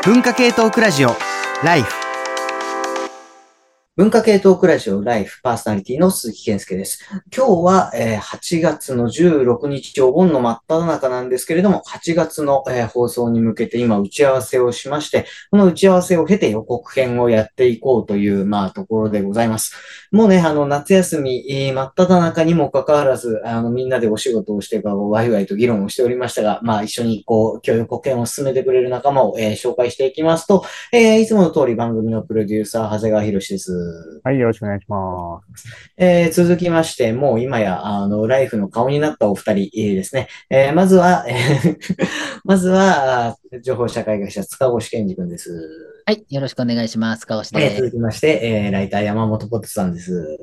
文化系トークラジオライフ。文化系トークラジオライフパーソナリティの鈴木健介です。今日は、8月の16日、お盆の真っ只中なんですけれども、8月の、放送に向けて今打ち合わせをしまして、この打ち合わせを経て予告編をやっていこうという、ところでございます。もうね、夏休み、真っ只中にもかかわらず、みんなでお仕事をしてワイワイと議論をしておりましたが、一緒に今日予告編を進めてくれる仲間を、紹介していきますと、いつもの通り番組のプロデューサー、長谷川博です。 はい、よろしくお願いします。 続きまして、もう今や、ライフの顔になったお二人、ですね。まずは、まずは、情報社会学者、塚越健二君です。 はい、よろしくお願いします。川越です。 続きまして、ライター山本ポテトさんです。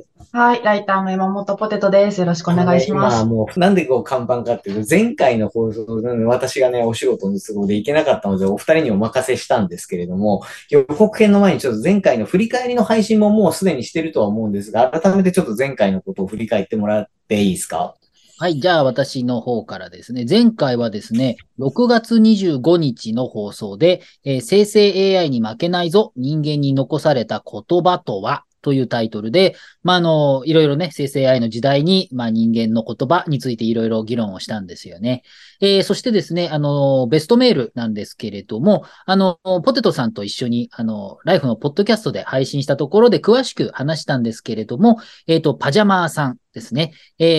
はい、ライターの山本ポテトです。よろしくお願いします。 もう、なんで看板かっていうと、前回の放送で私がね、お仕事の都合で行けなかったので、お二人にお任せしたんですけれども、予告編の前にちょっと前回の振り返りの配信ももうすでにしてるとは思うんですが、改めてちょっと前回のことを振り返ってもらっていいですか？ はい、じゃあ私の方からですね、前回はですね、6月25日の放送で、生成 AI に負けないぞ、人間に残された言葉とはというタイトルで、いろいろね、生成 AI の時代に、人間の言葉についていろいろ議論をしたんですよね。そしてですね、ベストメールなんですけれども、ポテトさんと一緒に、ライフのポッドキャストで配信したところで詳しく話したんですけれども、パジャマーさんですね、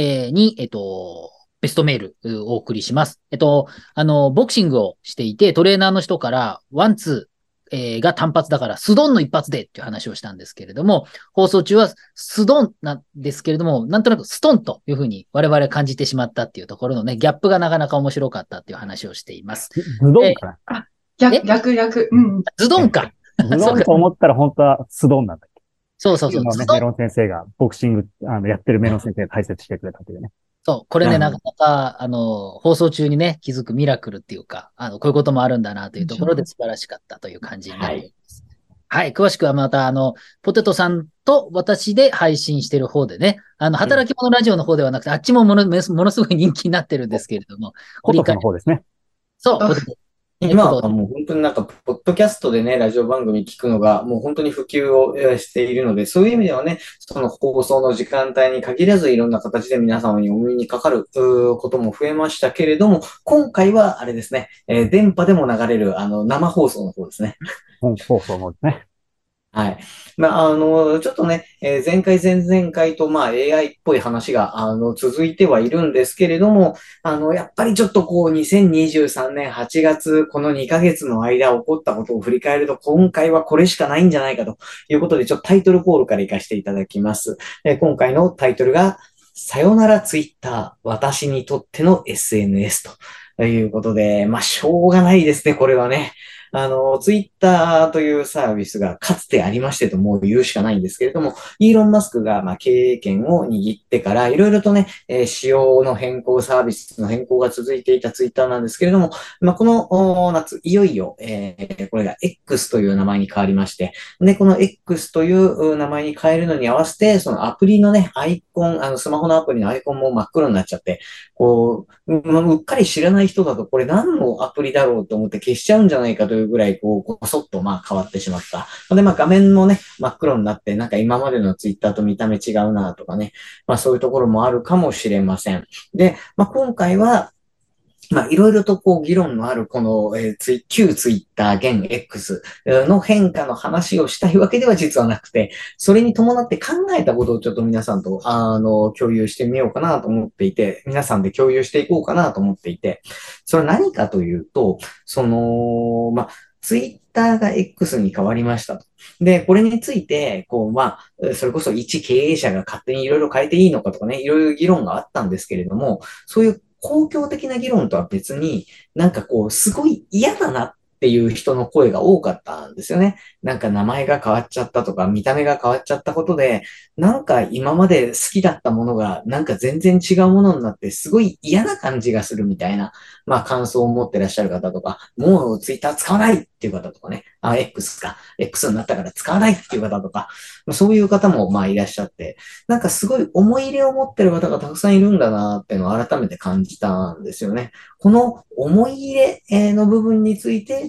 ベストメールをお送りします。ボクシングをしていて、トレーナーの人から、ワン、ツー、が単発だから、スドンの一発でっていう話をしたんですけれども、放送中はスドンなんですけれども、なんとなくストンというふうに我々感じてしまったっていうところのね、ギャップがなかなか面白かったっていう話をしています。 ズドンかな。 あ、逆。うん。 ズドンか。 ズドンと思ったら本当はスドンなんだっけ。 そうそうそう。 っていうのをね、メロン先生が、ボクシング、やってるメロン先生が解説してくれたというね。 そう、これね、なかなるほど。 なか、放送中にね、気づくミラクルっていうか、こういうこともあるんだなというところで素晴らしかったという感じになっはい。 ています。はい、詳しくはまた、ポテトさんと私で配信している方でね、 うん。 働き者ラジオの方ではなくて、あっちもものすごい人気になってるんですけれども、振ポトフり返り、 の方ですね。 ポそう、 トフ。 今はもう本当にポッドキャストでね、ラジオ番組聞くのがもう本当に普及をしているので、そういう意味ではね、その放送の時間帯に限らずいろんな形で皆様にお耳にかかることも増えましたけれども、今回はあれですね、電波でも流れる生放送の方ですね。 本放送のですね。 はい。ちょっとね、前回、前々回と、AI っぽい話が、続いてはいるんですけれども、やっぱりちょっと2023年8月、この2ヶ月の間起こったことを振り返ると、今回はこれしかないんじゃないかということで、ちょっとタイトルコールから行かせていただきます。今回のタイトルが、さよならツイッター、私にとっての SNS ということで、しょうがないですね、これはね。ツイッターというサービスがかつてありましてともう言うしかないんですけれども、イーロン・マスクが経営権を握ってから、いろいろとね、仕様の変更、サービスの変更が続いていたツイッターなんですけれども、この夏、いよいよ、これが X という名前に変わりまして、で、この X という名前に変えるのに合わせて、そのアプリのね、アイコン、スマホのアプリのアイコンも真っ黒になっちゃって、うっかり知らない人だと、これ何のアプリだろうと思って消しちゃうんじゃないかというぐらい、こそっと変わってしまった。で、画面もね、真っ黒になって、なんか今までのツイッターと見た目違うなとかね、そういうところもあるかもしれません。で、今回は、いろいろと議論のあるこの、旧ツイッター現 X の変化の話をしたいわけでは実はなくて、それに伴って考えたことをちょっと皆さんと、共有してみようかなと思っていて、皆さんで共有していこうかなと思っていて、それは何かというと、ツイッターが X に変わりましたと。で、これについて、それこそ一経営者が勝手にいろいろ変えていいのかとかね、いろいろ議論があったんですけれども、そういう公共的な議論とは別に、すごい嫌だなっていう人の声が多かったんですよね。なんか名前が変わっちゃったとか、見た目が変わっちゃったことで、なんか今まで好きだったものが、なんか全然違うものになって、すごい嫌な感じがするみたいな、感想を持ってらっしゃる方とか、もうツイッター使わないっていう方とかね、X か、X になったから使わないっていう方とか、そういう方もいらっしゃって、なんかすごい思い入れを持ってる方がたくさんいるんだなっていうのを改めて感じたんですよね。この思い入れの部分について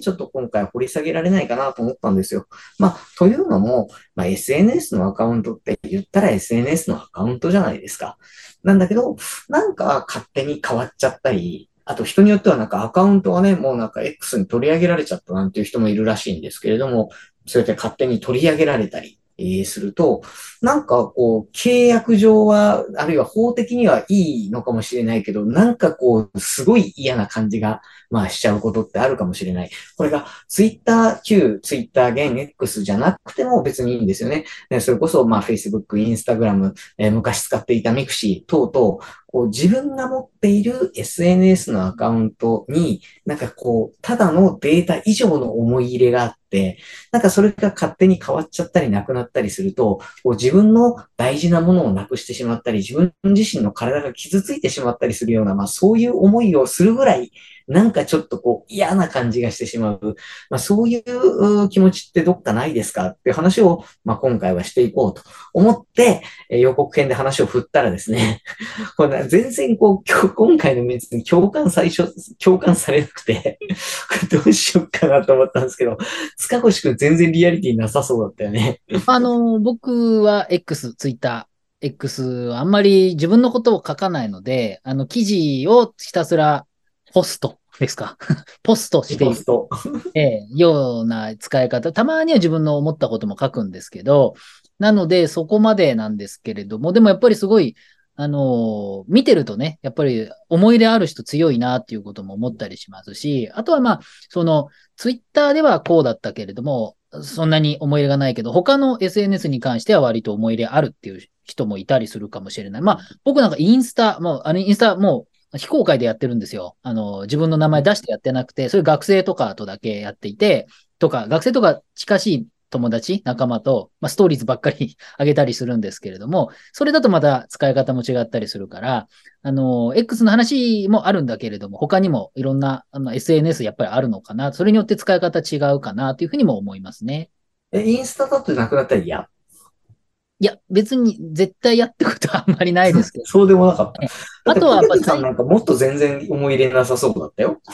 ちょっと今回掘り下げられないかなと思ったんですよ。というのも、SNS のアカウントって言ったら SNS のアカウントじゃないですか。なんだけど、なんか勝手に変わっちゃったり、あと人によってはなんかアカウントがね、もうなんか X に取り上げられちゃったなんていう人もいるらしいんですけれども、そうやって勝手に取り上げられたり、すると、なんかこう、契約上は、あるいは法的にはいいのかもしれないけど、なんかこう、すごい嫌な感じが、しちゃうことってあるかもしれない。これが、旧ツイッター現 X じゃなくても別にいいんですよね。それこそ、Facebook、Instagram、昔使っていたミクシー等々、こう自分が持っている SNS のアカウントに、なんかこう、ただのデータ以上の思い入れがあって、なんかそれが勝手に変わっちゃったりなくなったりすると、こう自分の大事なものをなくしてしまったり、自分自身の体が傷ついてしまったりするような、そういう思いをするぐらい、なんかちょっとこう嫌な感じがしてしまう。そういう気持ちってどっかないですかっていう話を、今回はしていこうと思って、予告編で話を振ったらですね、これ全然こう、今回のメンツに共感されなくてどうしようかなと思ったんですけど、塚越くん全然リアリティなさそうだったよね。 僕は ツイッター、X、あんまり自分のことを書かないので、記事をひたすらポストですかポストしている、 ポスト。 ような使い方。たまには自分の思ったことも書くんですけど、なのでそこまでなんですけれども、でもやっぱりすごい、見てるとね、やっぱり思い入れある人強いなっていうことも思ったりしますし、あとはツイッターではこうだったけれども、そんなに思い入れがないけど、他の SNS に関しては割と思い入れあるっていう人もいたりするかもしれない。僕なんかインスタもう非公開でやってるんですよ。自分の名前出してやってなくて、それ学生とかとだけやっていて、学生とか近しい友達、仲間と、ストーリーズばっかり上げたりするんですけれども、それだとまた使い方も違ったりするから、X の話もあるんだけれども、他にもいろんなSNS やっぱりあるのかな。それによって使い方違うかなというふうにも思いますね。 インスタだってなくなったら嫌。 いや、別に絶対やってことはあんまりないですけど。 そうでもなかった。だって、 あとはやっぱポテトさんなんかもっと全然思い入れなさそうだったよ。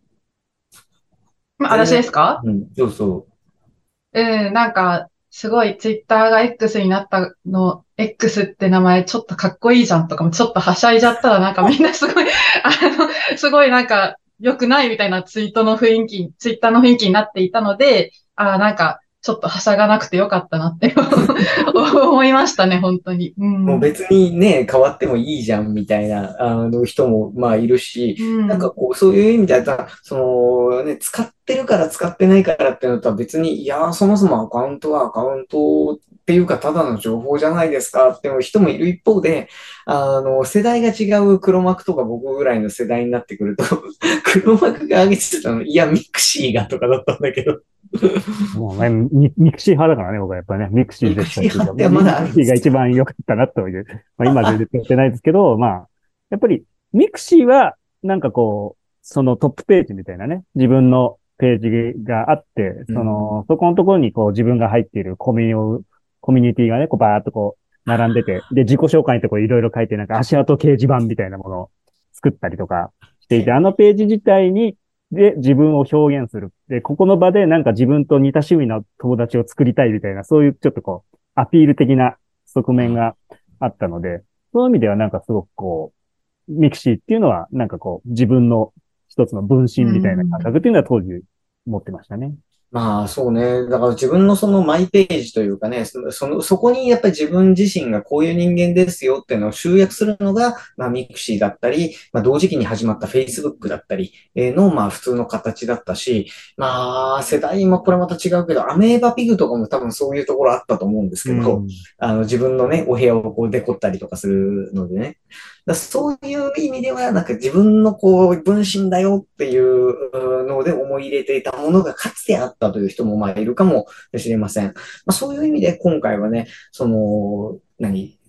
全私然。 ですか？ うん、そうそなんか、すごいツイッターが X になったの、X って名前ちょっとかっこいいじゃんとかもちょっとはしゃいじゃったらなんかみんなすごい、すごいなんか良くないみたいなツイートの雰囲気、ツイッターの雰囲気になっていたので、なんかちょっとはしゃがなくてよかったなって思いましたね、本当に。うもうん。 別にね、変わってもいいじゃんみたいな、人も、いるし、 うなんかん。 こう、そういう意味では、使ってるから使ってないからっていうのとは別に、いやー、そもそもアカウントはアカウントっていうか、ただの情報じゃないですかっていう人もいる一方で、世代が違う黒幕とか僕ぐらいの世代になってくると、黒幕が上げてたの、いや、ミクシーがとかだったんだけど、 もうね、ミクシー派だからね、僕はやっぱね、ミクシーミク絶対っていうか、 シー派ってまだあるんですか？ ミクシーが一番良かったなという。今は全然やってないですけど、やっぱり、ミクシーは、なんかこう、そのトップページみたいなね、自分のページがあって、 うん。 そこのところにこう自分が入っているコミュニティがね、こうバーっとこう、並んでて、で、自己紹介のところいろいろ書いて、なんか足跡掲示板みたいなものを作ったりとかしていて、あのページ自体に、で、自分を表現する。で、ここの場でなんか自分と似た趣味の友達を作りたいみたいな、そういうちょっとこう、アピール的な側面があったので、そういう意味ではなんかすごくこう、ミクシーっていうのはなんかこう、自分の一つの分身うみたいな感ん。 覚っていうのは当時持ってましたね。 そうね。だから自分のそのマイページというかね、そこにやっぱり自分自身がこういう人間ですよっていうのを集約するのが、ミクシーだったり、同時期に始まった Facebook だったりの、普通の形だったし、世代もこれまた違うけど、アメーバピグとかも多分そういうところあったと思うんですけど、 うん。 自分のね、お部屋をこうデコったりとかするのでね。そういう意味では、なんか自分のこう、分身だよっていうので思い入れていたものがかつてあったという人もいるかもしれません。そういう意味で今回はね、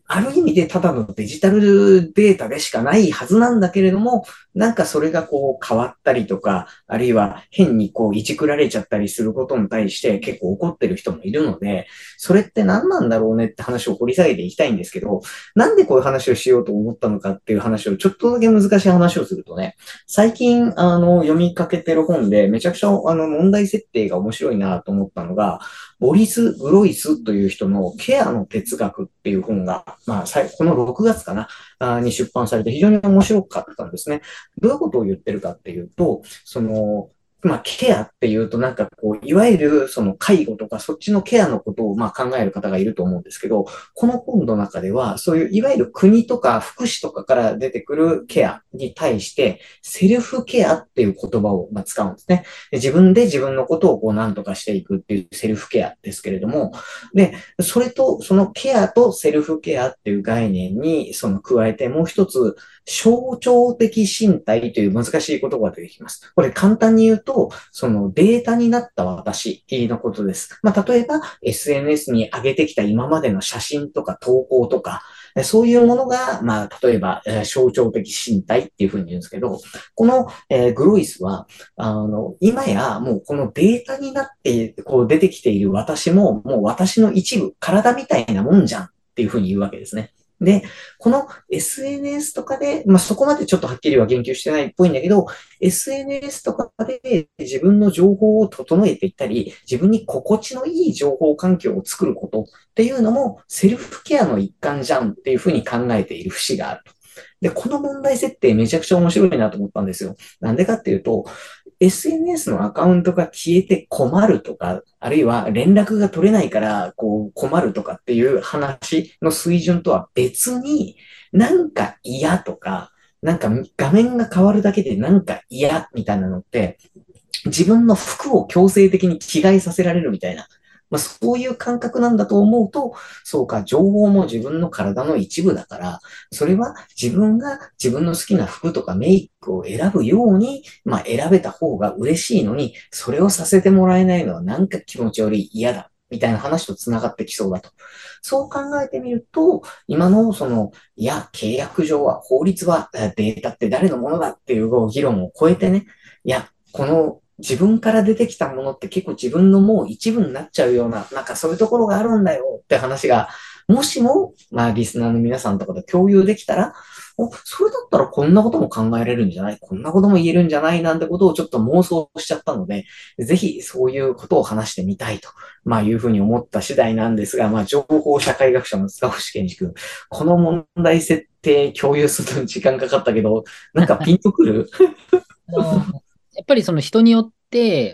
ある意味でただのデジタルデータでしかないはずなんだけれども、なんかそれがこう変わったりとか、あるいは変にこういじくられちゃったりすることに対して結構怒ってる人もいるので、それって何なんだろうねって話を掘り下げていきたいんですけど、なんでこういう話をしようと思ったのかっていう話をちょっとだけ難しい話をするとね、最近読みかけてる本でめちゃくちゃ問題設定が面白いなと思ったのが、ボリス・グロイスという人のケアの哲学っていう本が、まあ、この6月かな、に出版されて非常に面白かったんですね。どういうことを言ってるかっていうと、まあ、ケアっていうとなんかこう、いわゆるその介護とかそっちのケアのことをまあ考える方がいると思うんですけど、この本の中ではそういういわゆる国とか福祉とかから出てくるケアに対してセルフケアっていう言葉をまあ使うんですね。で自分で自分のことをこう何とかしていくっていうセルフケアですけれども、で、それとそのケアとセルフケアっていう概念にその加えてもう一つ象徴的身体という難しい言葉が出てきます。これ簡単に言うと、そのデータになった私のことです。まあ、例えば SNS に上げてきた今までの写真とか投稿とか、そういうものが、まあ、例えば、象徴的身体っていうふうに言うんですけど、この、グロイスは、今やもうこのデータになって、こう出てきている私も、もう私の一部、体みたいなもんじゃんっていうふうに言うわけですね。で、この SNS とかで、まあ、そこまでちょっとはっきりは言及してないっぽいんだけど、SNS とかで自分の情報を整えていったり、自分に心地のいい情報環境を作ることっていうのもセルフケアの一環じゃんっていうふうに考えている節があると。で、この問題設定めちゃくちゃ面白いなと思ったんですよ。なんでかっていうと、SNS のアカウントが消えて困るとか、あるいは連絡が取れないからこう困るとかっていう話の水準とは別に、なんか嫌とか、なんか画面が変わるだけでなんか嫌みたいなのって、自分の服を強制的に着替えさせられるみたいな、まあ、そういう感覚なんだと思うと、そうか、情報も自分の体の一部だから、それは自分が自分の好きな服とかメイクを選ぶように、まあ選べた方が嬉しいのに、それをさせてもらえないのはなんか気持ち悪い嫌だ。みたいな話と繋がってきそうだと。そう考えてみると、今のいや、契約上は、法律はデータって誰のものだっていう議論を超えてね、いや、この自分から出てきたものって結構自分のもう一部になっちゃうような、なんかそういうところがあるんだよって話が、もしも、まあリスナーの皆さんとかで共有できたら、それだったらこんなことも考えれるんじゃないこんなことも言えるんじゃないなんてことをちょっと妄想しちゃったので、ぜひそういうことを話してみたいと、まあいうふうに思った次第なんですが、まあ情報社会学者の塚越健二君、この問題設定共有するのに時間かかったけど、なんかピンとくるあのやっぱりその人によって、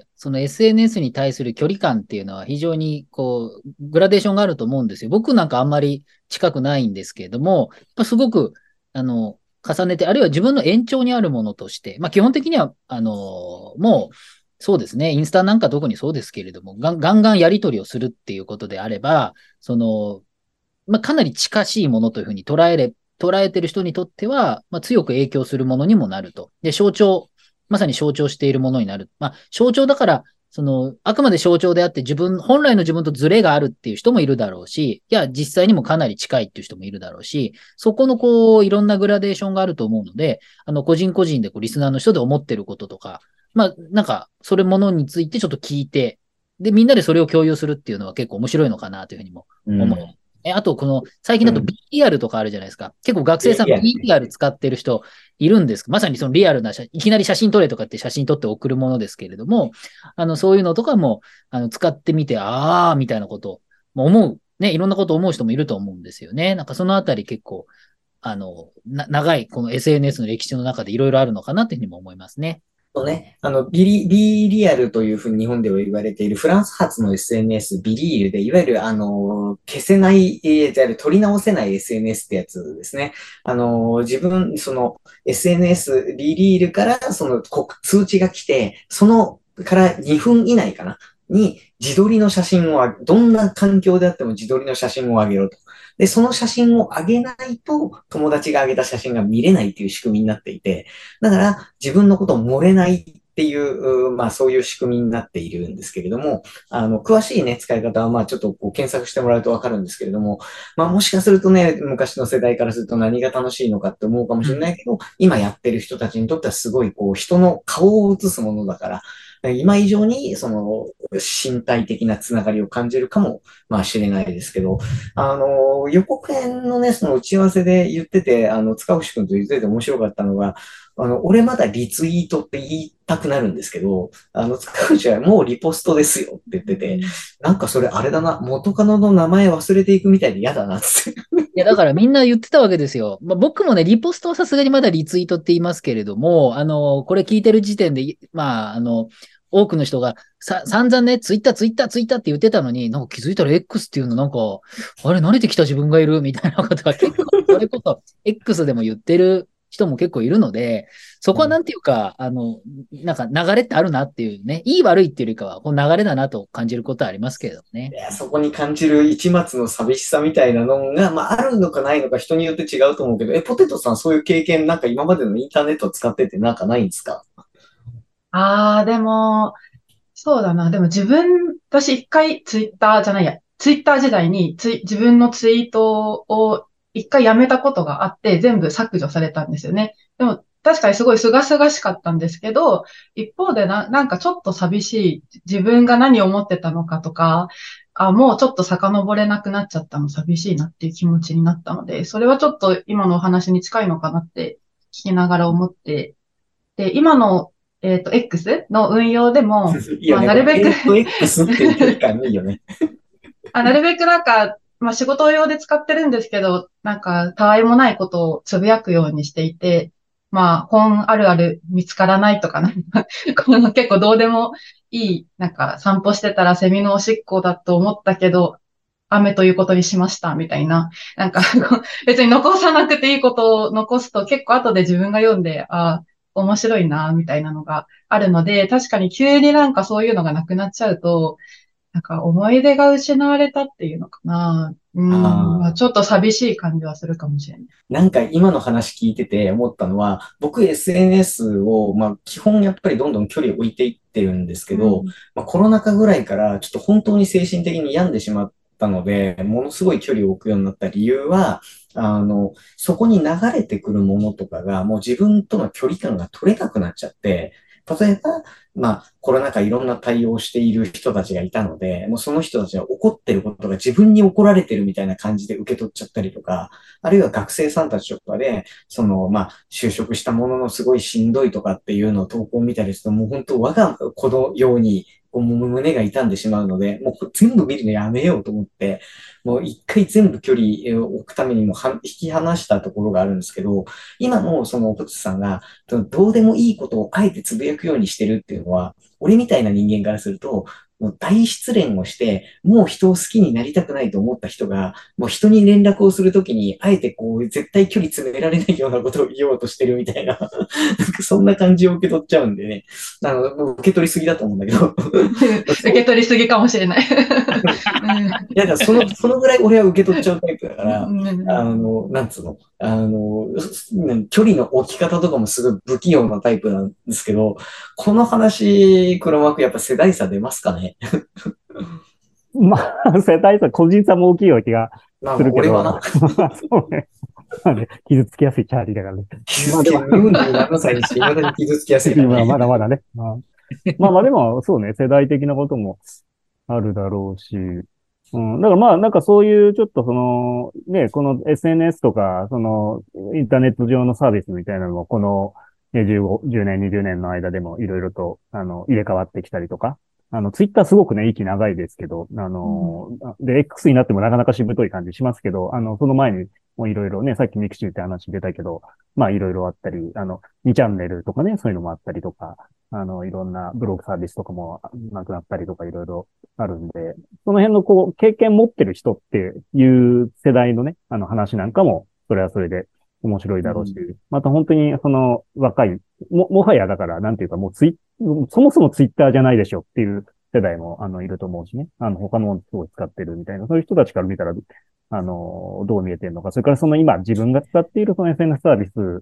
その SNS に対する距離感っていうのは非常にこう、グラデーションがあると思うんですよ。僕なんかあんまり近くないんですけれども、やっぱすごく、重ねて、あるいは自分の延長にあるものとして、まあ基本的には、もう、そうですね、インスタなんか特にそうですけれども、ガンガンやり取りをするっていうことであれば、まあかなり近しいものというふうに捉えてる人にとっては、まあ、強く影響するものにもなると。で、まさに象徴しているものになる。まあ、象徴だから、あくまで象徴であって本来の自分とズレがあるっていう人もいるだろうし、いや、実際にもかなり近いっていう人もいるだろうし、そこのこう、いろんなグラデーションがあると思うので、個人個人でリスナーの人で思ってることとか、まあ、なんか、それものについてちょっと聞いて、で、みんなでそれを共有するっていうのは結構面白いのかなというふうにも思う。あと、最近だと BR とかあるじゃないですか。結構学生さん BR 使ってる人いるんです。まさにそのリアルないきなり写真撮れとかって写真撮って送るものですけれども、そういうのとかも、使ってみて、みたいなことも思う。ね、いろんなこと思う人もいると思うんですよね。なんかそのあたり結構、長いこの SNS の歴史の中でいろいろあるのかなっていうふうにも思いますね。 とね、ビリアルというふうに日本では言われているフランス発の SNS、ビリールで、いわゆる、消せない、取り直せない SNS ってやつですね。SNS、ビリールから、通知が来て、そのから2分以内かな。に自撮りの写真をどんな環境であっても自撮りの写真を上げろと。で、その写真を上げないと友達が上げた写真が見れないっていう仕組みになっていて、だから自分のことを漏れないっていう、まあそういう仕組みになっているんですけれども、詳しいね、使い方はまあちょっとこう検索してもらうとわかるんですけれども、まあもしかするとね、昔の世代からすると何が楽しいのかって思うかもしれないけど、今やってる人たちにとってはすごいこう人の顔を映すものだから、今以上にその身体的なつながりを感じるかもまあしれないですけど、予告編のね、その打ち合わせで言ってて、塚越くんと言ってて面白かったのが、俺まだリツイートって言いたくなるんですけど、塚越はもうリポストですよって言ってて、なんかそれあれだな、元カノの名前忘れていくみたいで嫌だなって。 いや、だからみんな言ってたわけですよ。まあ、僕もね、リポストはさすがにまだリツイートって言いますけれども、これ聞いてる時点で、まあ、多くの人が散々ね、ツイッターって言ってたのに、なんか気づいたら X っていうのなんか、あれ、慣れてきた自分がいるみたいなことが結構、それこそ X でも言ってる人も結構いるので、そこはなんていうか、なんか流れってあるなっていうね、いい悪いっていうよりかは、この流れだなと感じることはありますけれどね。 いや、そこに感じる一末の寂しさみたいなのが、まあ、あるのかないのか人によって違うと思うけど、ポテトさんそういう経験なんか今までのインターネットを使っててなんかないんですか？ ああ、でも、そうだな。でも私一回ツイッターじゃないや、ツイッター時代に自分のツイートを一回やめたことがあって、全部削除されたんですよね。でも、確かにすごい清々しかったんですけど、一方でなんかちょっと寂しい、自分が何を思ってたのかとか、もうちょっと遡れなくなっちゃったの寂しいなっていう気持ちになったので、それはちょっと今のお話に近いのかなって聞きながら思って、で、今の、X の運用でも、 いいよまあ、 ね。この X っていう距離感いいよね。 なるべくなんか、まあ仕事用で使ってるんですけど、なんか、たわいもないことをつぶやくようにしていて、まあ、本あるある見つからないとか、なんか、この結構どうでもいい、なんか散歩してたらセミのおしっこだと思ったけど、雨ということにしました、みたいな。なんか、別に残さなくていいことを残すと結構後で自分が読んで、面白いな、みたいなのがあるので、確かに急になんかそういうのがなくなっちゃうと、なんか思い出が失われたっていうのかな。まあ、 ああ。 ちょっと寂しい感じはするかもしれない。 なんか今の話聞いてて思ったのは、僕 SNS を、まあ基本やっぱりどんどん距離を置いていってるんですけど、 うん。 まあコロナ禍ぐらいからちょっと本当に精神的に病んでしまったので、ものすごい距離を置くようになった理由は、そこに流れてくるものとかがもう自分との距離感が取れなくなっちゃって、例えば、まあ、コロナ禍いろんな対応をしている人たちがいたので、もうその人たちは怒ってることが自分に怒られてるみたいな感じで受け取っちゃったりとか、あるいは学生さんたちとかで、まあ、就職したもののすごいしんどいとかっていうのを投稿を見たりすると、もう本当我が子のように、こう胸が痛んでしまうので、もう全部見るのやめようと思って、もう一回全部距離を置くためにも引き離したところがあるんですけど、今のその、ポツさんが、どうでもいいことをあえてつぶやくようにしてるっていうのは、俺みたいな人間からすると、もう大失恋をして、もう人を好きになりたくないと思った人が、もう人に連絡をするときに、あえてこう、絶対距離詰められないようなことを言おうとしてるみたいな、なんかそんな感じを受け取っちゃうんでね、もう受け取りすぎだと思うんだけど、 受け取りすぎかもしれない。 いや、だからそのぐらい俺は受け取っちゃうタイプだかうら、 ん。 なんつうの、距離の置き方とかもすごい不器用なタイプなんですけど、この話、黒幕やっぱ世代差出ますかね？ まあ、世帯差、個人差も大きいような気がまあ、 するけど、 俺はな、 まあ、そうね。まあね、傷つきやすいチャーリーだからね。 傷つけ、 まあでも、 47歳にして未だに傷つきやすいから今ね。 まだまだね。まあでも、そうね、世代的なこともあるだろうし、うん。だからまあ、なんかそういうちょっとね、この SNS とか、インターネット上のサービスみたいなのも、この、ね、15、10年、20年の間でもいろいろと、入れ替わってきたりとか、ツイッターすごくね、息長いですけど、 うん。 で、X になってもなかなかしぶとい感じしますけど、その前にもいろいろね、さっきミクシーって話出たけど、まあいろいろあったり、2チャンネルとかね、そういうのもあったりとか、いろんなブログサービスとかもなくなったりとかいろいろあるんで、その辺のこう、経験持ってる人っていう世代のね、話なんかも、それはそれで面白いだろうし、また本当にその若い、もはやだから、なんていうかもうそもそもツイッターじゃないでしょっていう世代も、いると思うしね。他のものすごい使ってるみたいな、そういう人たちから見たら、どう見えてるのか。それからその今自分が使っているその SNS サービス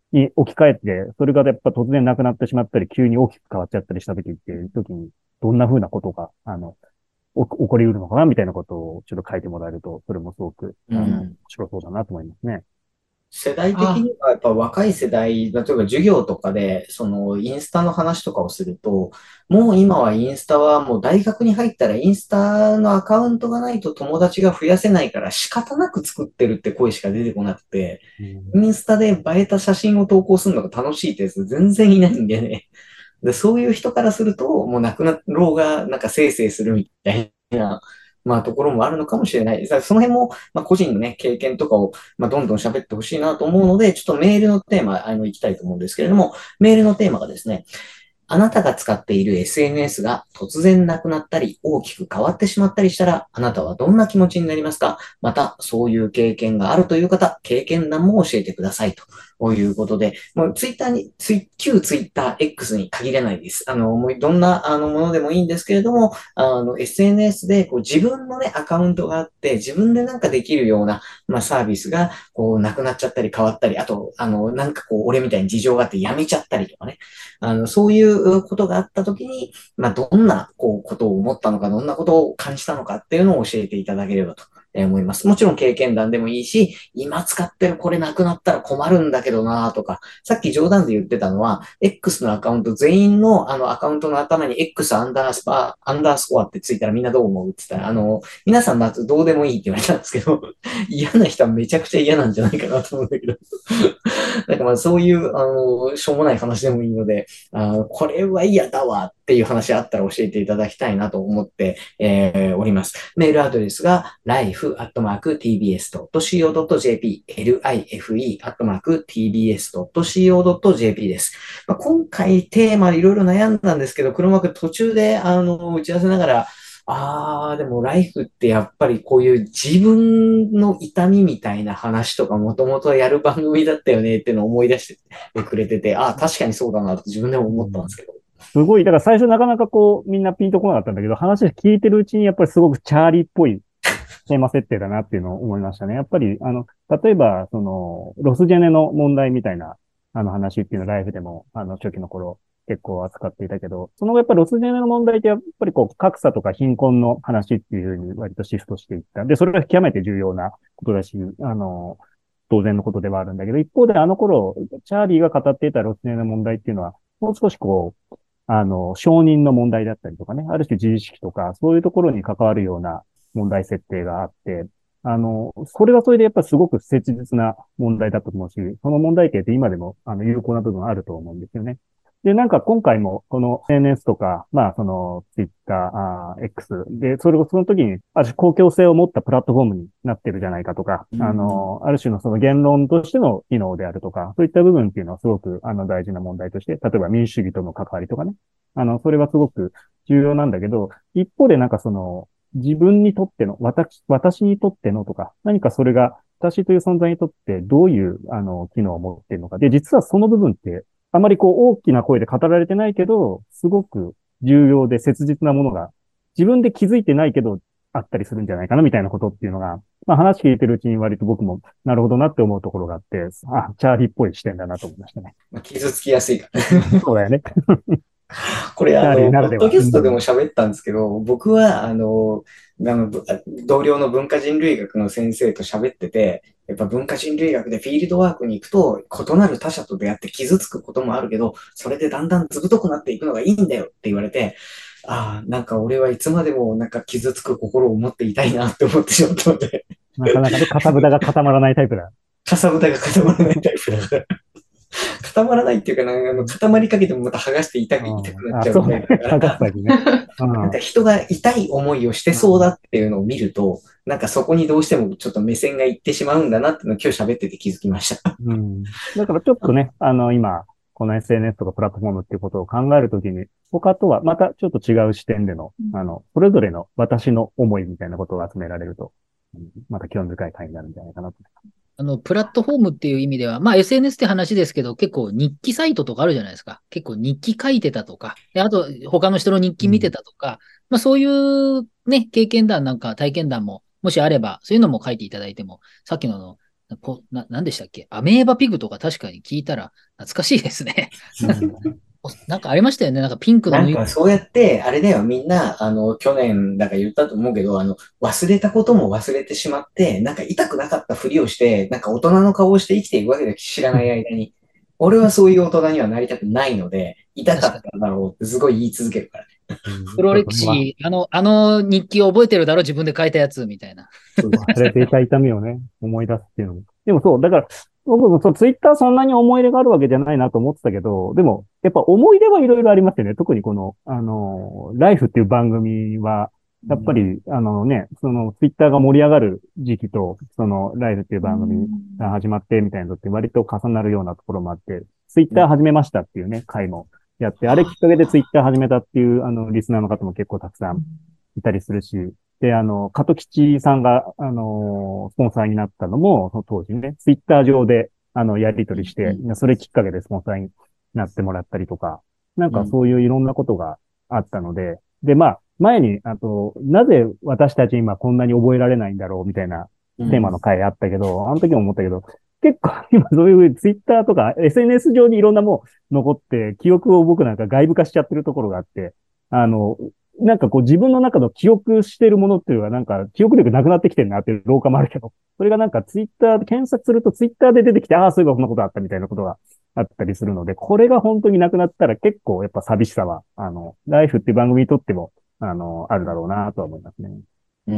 に置き換えて、それがやっぱ突然なくなってしまったり、急に大きく変わっちゃったりした時っていう時に、どんな風なことが、起こりうるのかな、みたいなことをちょっと書いてもらえると、それもすごく、面白そうだなと思いますね。 世代的にはやっぱ若い世代、例えば授業とかで、そのインスタの話とかをすると、もう今はインスタはもう大学に入ったらインスタのアカウントがないと友達が増やせないから仕方なく作ってるって声しか出てこなくて、 うん、 インスタで映えた写真を投稿するのが楽しいってやつ全然いないんでね。で、そういう人からすると、もう亡くなろうが、なんかせいせいするみたいな、まあ、ところもあるのかもしれないです。だからその辺も、まあ、個人のね、経験とかを、まあ、どんどん喋ってほしいなと思うので、ちょっとメールのテーマ、行きたいと思うんですけれども、メールのテーマがですね、あなたが使っている SNS が突然なくなったり大きく変わってしまったりしたら、あなたはどんな気持ちになりますか？また、そういう経験があるという方、経験談も教えてくださいということで、もうツイッターに、旧ツイッター X に限らないです。もうどんなものでもいいんですけれども、SNS でこう自分のね、アカウントがあって、自分でなんかできるような、まあ、サービスがこうなくなっちゃったり変わったり、あと、なんかこう、俺みたいに事情があってやめちゃったりとかね。そういうことがあったときに、まあ、どんな、こう、ことを思ったのか、どんなことを感じたのかっていうのを教えていただければと思います。もちろん経験談でもいいし、今使ってるこれなくなったら困るんだけどなとか、さっき冗談で言ってたのは、X のアカウント全員のアカウントの頭に X アンダースコアってついたらみんなどう思うって言ったら、皆さんまずどうでもいいって言われたんですけど、嫌な人はめちゃくちゃ嫌なんじゃないかなと思うんだけど、なんかまあそういう、しょうもない話でもいいので、これは嫌だわっていう話あったら教えていただきたいなと思って、おります。メールアドレスが life.tbs.co.jp life.tbs.co.jp です。まあ、今回テーマいろいろ悩んだんですけど、黒幕途中で打ち合わせながら、でもライフってやっぱりこういう自分の痛みみたいな話とかもともとやる番組だったよねっていうのを思い出してくれてて、確かにそうだなと自分でも思ったんですけど。 すごい、だから最初なかなかこう、みんなピンとこなかったんだけど、話聞いてるうちにやっぱりすごくチャーリーっぽいテーマ設定だなっていうのを思いましたね。やっぱり、例えば、ロスジェネの問題みたいな、話っていうのをライフでも、初期の頃、結構扱っていたけど、その後やっぱりロスジェネの問題ってやっぱりこう、格差とか貧困の話っていうふうに割とシフトしていった。で、それが極めて重要なことだし、当然のことではあるんだけど、一方であの頃、チャーリーが語っていたロスジェネの問題っていうのは、もう少しこう、承認の問題だったりとかね、ある種自意識とか、そういうところに関わるような問題設定があって、それはそれでやっぱりすごく切実な問題だと思うし、その問題点って今でも、有効な部分あると思うんですよね。で、なんか今回も、この SNS とか、まあ、Twitter、X で、その時に、ある種公共性を持ったプラットフォームになってるじゃないかとか、ある種のその言論としての機能であるとか、そういった部分っていうのはすごく、大事な問題として、例えば民主主義との関わりとかね、それはすごく重要なんだけど、一方でなんか自分にとっての、私にとってのとか、何かそれが、私という存在にとってどういう、機能を持っているのか。で、実はその部分って、あまりこう大きな声で語られてないけど、すごく重要で切実なものが、自分で気づいてないけど、あったりするんじゃないかな、みたいなことっていうのが、まあ話聞いてるうちに割と僕も、なるほどなって思うところがあって、チャーリーっぽい視点だなと思いましたね。 まあ、傷つきやすいから。 そうだよね。 これ、 チャーリーならでは。 ポッドキャストでも喋ったんですけど、僕は、同僚の文化人類学の先生と喋ってて、やっぱ文化人類学でフィールドワークに行くと、異なる他者と出会って傷つくこともあるけど、それでだんだんずぶとくなっていくのがいいんだよって言われて、なんか俺はいつまでもなんか傷つく心を持っていたいなって思ってしまったので。 なかなかね、かさぶたが固まらないタイプだ。 かさぶたが固まらないタイプだから。固まらないっていうか固まりかけてもまた剥がして痛くなっちゃうみたいな。 剥がす先ね。 なんか人が痛い思いをしてそうだっていうのを見ると、なんかそこにどうしてもちょっと目線がいってしまうんだなっていうのを今日喋ってて気づきました。 だからちょっとね、今、この SNS とかプラットフォームっていうことを考えるときに、他とはまたちょっと違う視点での、それぞれの私の思いみたいなことを集められると、また興味深い回になるんじゃないかなと。 プラットフォームっていう意味では、まあ SNS って話ですけど、結構日記サイトとかあるじゃないですか。結構日記書いてたとか、であと他の人の日記見てたとか、まあそういうね、経験談なんか体験談も、もしあれば、そういうのも書いていただいても、さっきのなんでしたっけ、アメーバピグとか確かに聞いたら懐かしいですね。なんかありましたよね。なんかピンクのなん縫い。 かそうやって、あれだよ、みんな、去年だから言ったと思うけど、忘れたことも忘れてしまって、なんか痛くなかったふりをして、なんか大人の顔をして生きていくわけだ、知らない間に。俺はそういう大人にはなりたくないので、痛か確かに。 ったんだろうってすごい言い続けるからね。 黒ちょっとね、 歴史、あの日記を覚えてるだろ、自分で書いたやつ、みたいな。 忘れていた痛みをね、思い出すっていうのも。でもそう、だから、僕もそう、ツイッターそんなに思い入れがあるわけじゃないなと思ってたけど、でも、やっぱ思い出はいろいろありますよね。特にこの、ライフっていう番組は、やっぱり、そのツイッターが盛り上がる時期と、そのライフっていう番組が始まってみたいなのって割と重なるようなところもあって、ツイッター始めましたっていうね、回もやって、あれきっかけでツイッター始めたっていう、リスナーの方も結構たくさんいたりするし、で、加藤吉さんが、スポンサーになったのも、その当時ね、ツイッター上で、やり取りして、それきっかけでスポンサーになってもらったりとか、なんかそういういろんなことがあったので、で、まあ、前に、なぜ私たち今こんなに覚えられないんだろうみたいなテーマの回あったけど、あの時も思ったけど、結構今そういうツイッターとか SNS 上にいろんなもの残って、記憶を僕なんか外部化しちゃってるところがあって、あの、なんかこう自分の中の記憶してるものっていうのはなんか記憶力なくなってきてるなっていう廊下もあるけど、それがなんかツイッターで検索するとツイッターで出てきて、ああ、そういえばこんなことあったみたいなことがあったりするので、これが本当になくなったら結構やっぱ寂しさは、ライフっていう番組にとっても、あるだろうなとは思いますね。 うん。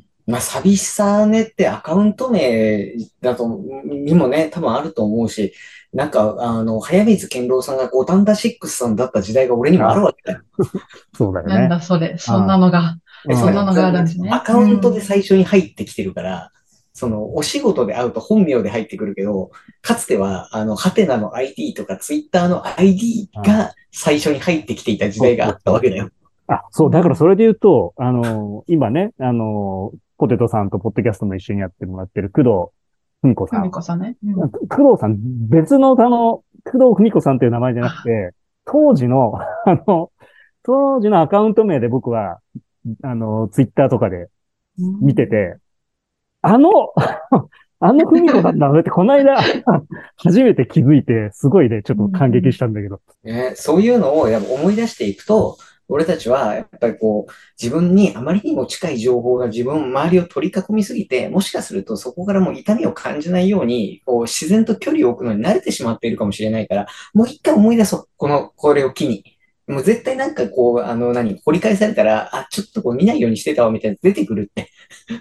まあ、寂しさねってアカウント名だと、にもね、多分あると思うし、なんか、早水健郎さんが五反田シックスさんだった時代が俺にもあるあ、 わけだよ。 なんそうだよね。 だそれ、そんあなのが、 それそんなのがあるんですアね。 カウントで最初に入ってきてるから、その、お仕事で会うと本名で入ってくるけど、かつては、ハテナの ID とかツイッターの ID あ、 が最初に入ってきていた時そう代があそうそう。 ったわけだよ。 あ、そう、だからそれで言うと、今ね、ポテトさんとポッドキャストも一緒にやってもらってる工藤文子ふみさん。 こさんね。 工藤さん、別の工藤文子さんという名前じゃなくあ、 て、当時の、あの、当時のアカウント名で僕は、ツイッターとかで見てて、あの、あの文子さんだねって、この間、初めて気づいて、すごいね、ちょっと感激したんだけど。 ね、そういうのをやっぱ思い出していくと、俺たちはやっぱりこう、自分にあまりにも近い情報が自分、周りを取り囲みすぎて、もしかするとそこからもう痛みを感じないように、こう、自然と距離を置くのに慣れてしまっているかもしれないから、もう一回思い出そう。これを機に。もう絶対なんかこう、掘り返されたら、あ、ちょっとこう見ないようにしてたわ、みたいな出てくるって。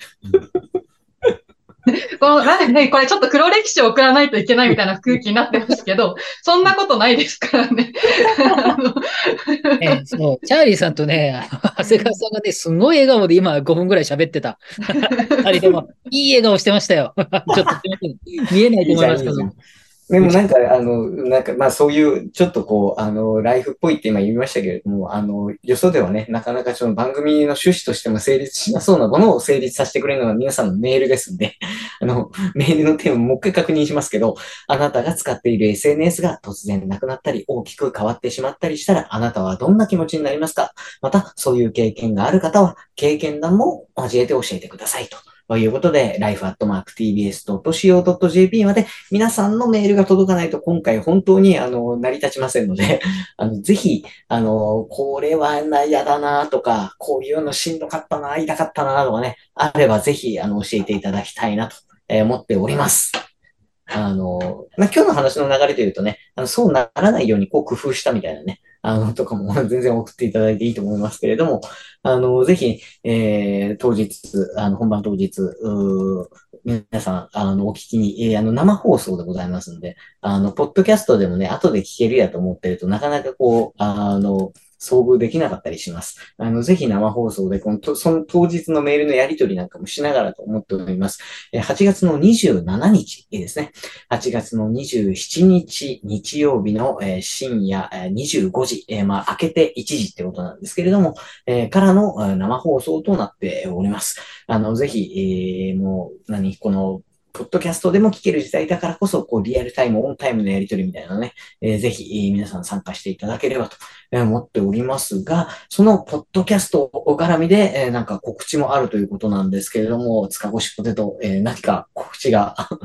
なんでね、これちょっと黒歴史を送らないといけないみたいな空気になってますけど、そんなことないですからね。あのそう、チャーリーさんとね、長谷川さんがね、すごい笑顔で今5分ぐらい喋ってた。二人とも、いい笑顔してましたよ。ちょっとすいません、見えないといいじゃん、 思いますけど。 いいじゃん。でもなんか、まあそういう、ちょっとこう、ライフっぽいって今言いましたけれども、よそではね、なかなかその番組の趣旨としても成立しなそうなものを成立させてくれるのは皆さんのメールですんで、メールのテーマもう一回確認しますけど、あなたが使っている SNS が突然なくなったり、大きく変わってしまったりしたら、あなたはどんな気持ちになりますか？また、そういう経験がある方は、経験談も交えて教えてくださいと。ということで、life.tbs.co.jp まで皆さんのメールが届かないと今回本当に成り立ちませんので、ぜひ、これは嫌だなとか、こういうのしんどかったな、痛かったなとかね、あればぜひ、教えていただきたいなと、思っております。まあ、今日の話の流れで言うとね、そうならないようにこう工夫したみたいなね、とかも全然送っていただいていいと思いますけれども、ぜひ、当日、本番当日、皆さん、お聞きに、生放送でございますんで、ポッドキャストでもね、後で聞けるやと思ってるとなかなかこう、遭遇できなかったりします。ぜひ生放送で、その当日のメールのやり取りなんかもしながらと思っております。8月の27日ですね。8月の27日日曜日の深夜25時、まあ、明けて1時ってことなんですけれども、からの生放送となっております。ぜひ、もう、この、ポッドキャストでも聞ける時代だからこそ、こう、リアルタイム、オンタイムのやり取りみたいなね、ぜひ、皆さん参加していただければと思っておりますが、そのポッドキャスト絡みで、なんか告知もあるということなんですけれども、塚越ポテト、何か告知が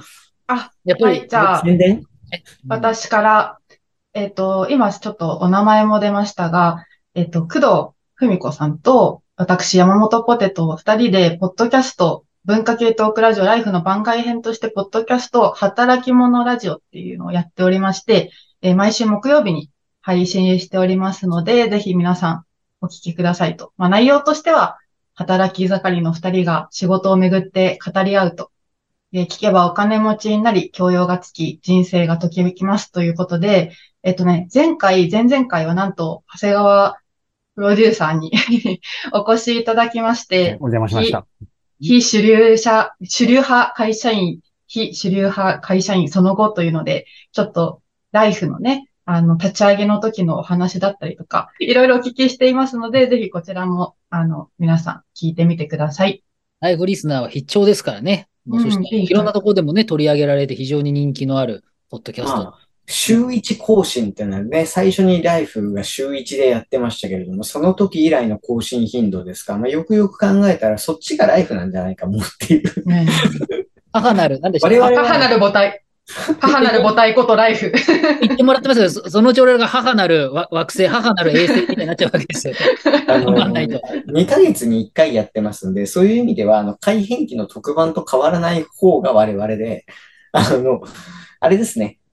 あ、はい、 やっぱり、 じゃあ、 宣伝私から、今ちょっとお名前も出ましたが、工藤文子さんと、私、山本ポテト二人で、ポッドキャスト、文化系トークラジオライフの番外編として、ポッドキャスト、働き者ラジオっていうのをやっておりまして、毎週木曜日に配信しておりますので、ぜひ皆さんお聞きくださいと。まあ、内容としては、働き盛りの二人が仕事をめぐって語り合うと。聞けばお金持ちになり、教養がつき、人生がときめきますということで、前々回はなんと、長谷川プロデューサーにお越しいただきまして、 お邪魔しました。 非主流派会社員、非主流派会社員その後というので、ちょっとライフのね、立ち上げの時のお話だったりとか、いろいろお聞きしていますので、ぜひこちらも、皆さん聞いてみてください。 ライフリスナーは必聴ですからね。もうそしうん、 て、いろんなところでもね、取り上げられて非常に人気のあるポッドキャスト。 まあ、週1更新っていうのはね、最初にライフが週1でやってましたけれども、その時以来の更新頻度ですか。まあ、よくよく考えたら、そっちがライフなんじゃないかもっていう。 ね母なる、何でしたっけ？ 我々は、 母なる母体。母なる母体ことライフ。 言ってもらってますけど、そのうち俺らが母なる惑星、母なる衛星みたいになっちゃうわけですよ。頑張んないと。 2ヶ月に1回やってますんで、そういう意味では、改変期の特番と変わらない方が我々で、あれですね。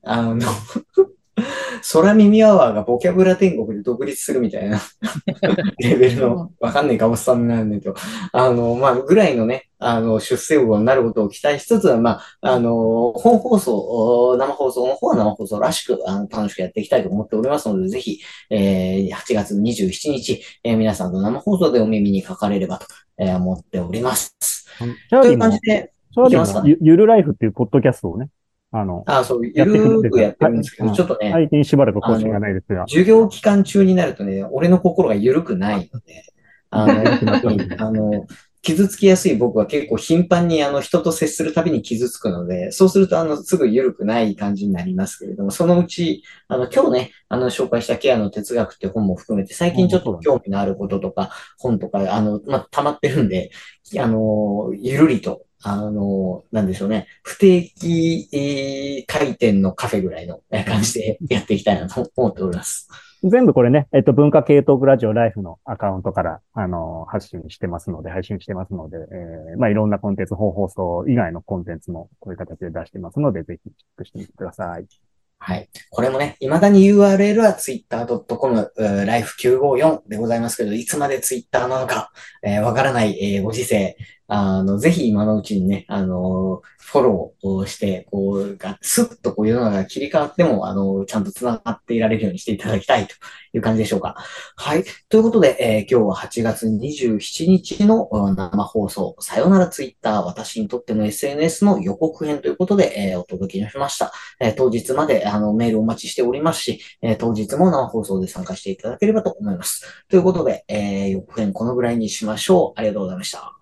空耳アワーがボキャブラ天国で独立するみたいなレベルのわかんないかおっさんなんだけど、まあ、ぐらいのね、出世魚になることを期待しつつ、まあ、本放送、生放送の方は生放送らしく、楽しくやっていきたいと思っておりますので、ぜひ、8月27日、皆さんと生放送でお耳にかかれればと、思っております。という感じで、いきますかね。 ゆるライフっていうポッドキャストをね、 そう、ゆるーくやってるんですけど、ちょっとね、 最近しばらく更新がないですが。 授業期間中になるとね、俺の心が緩くないので、傷つきやすい僕は結構頻繁に人と接するたびに傷つくので、そうするとすぐ緩くない感じになりますけれども、そのうち、今日ね、紹介したケアの哲学って本も含めて、最近ちょっと興味のあることとか、本とか、まあ、溜まってるんで、ゆるりと、なんでしょうね。不定期、開店のカフェぐらいの感じでやっていきたいなと思っております。 全部これね、文化系トークラジオライフのアカウントから、配信してますので、まあ、いろんなコンテンツ、本放送以外のコンテンツもこういう形で出してますので、ぜひチェックしてみてください。 はい。これもね、未だに URL は twitter.com、life954 でございますけど、いつまで Twitter なのか、わからない、ご時世、ぜひ今のうちにね、フォローをして、スッと世の中が切り替わっても、ちゃんと繋がっていられるようにしていただきたいという感じでしょうか。はい。ということで、今日は8月27日の生放送、さよなら Twitter、私にとっての SNS の予告編ということで、お届けしました。当日までメールお待ちしておりますし、当日も生放送で参加していただければと思います。ということで、予告編このぐらいにしましょう。ありがとうございました。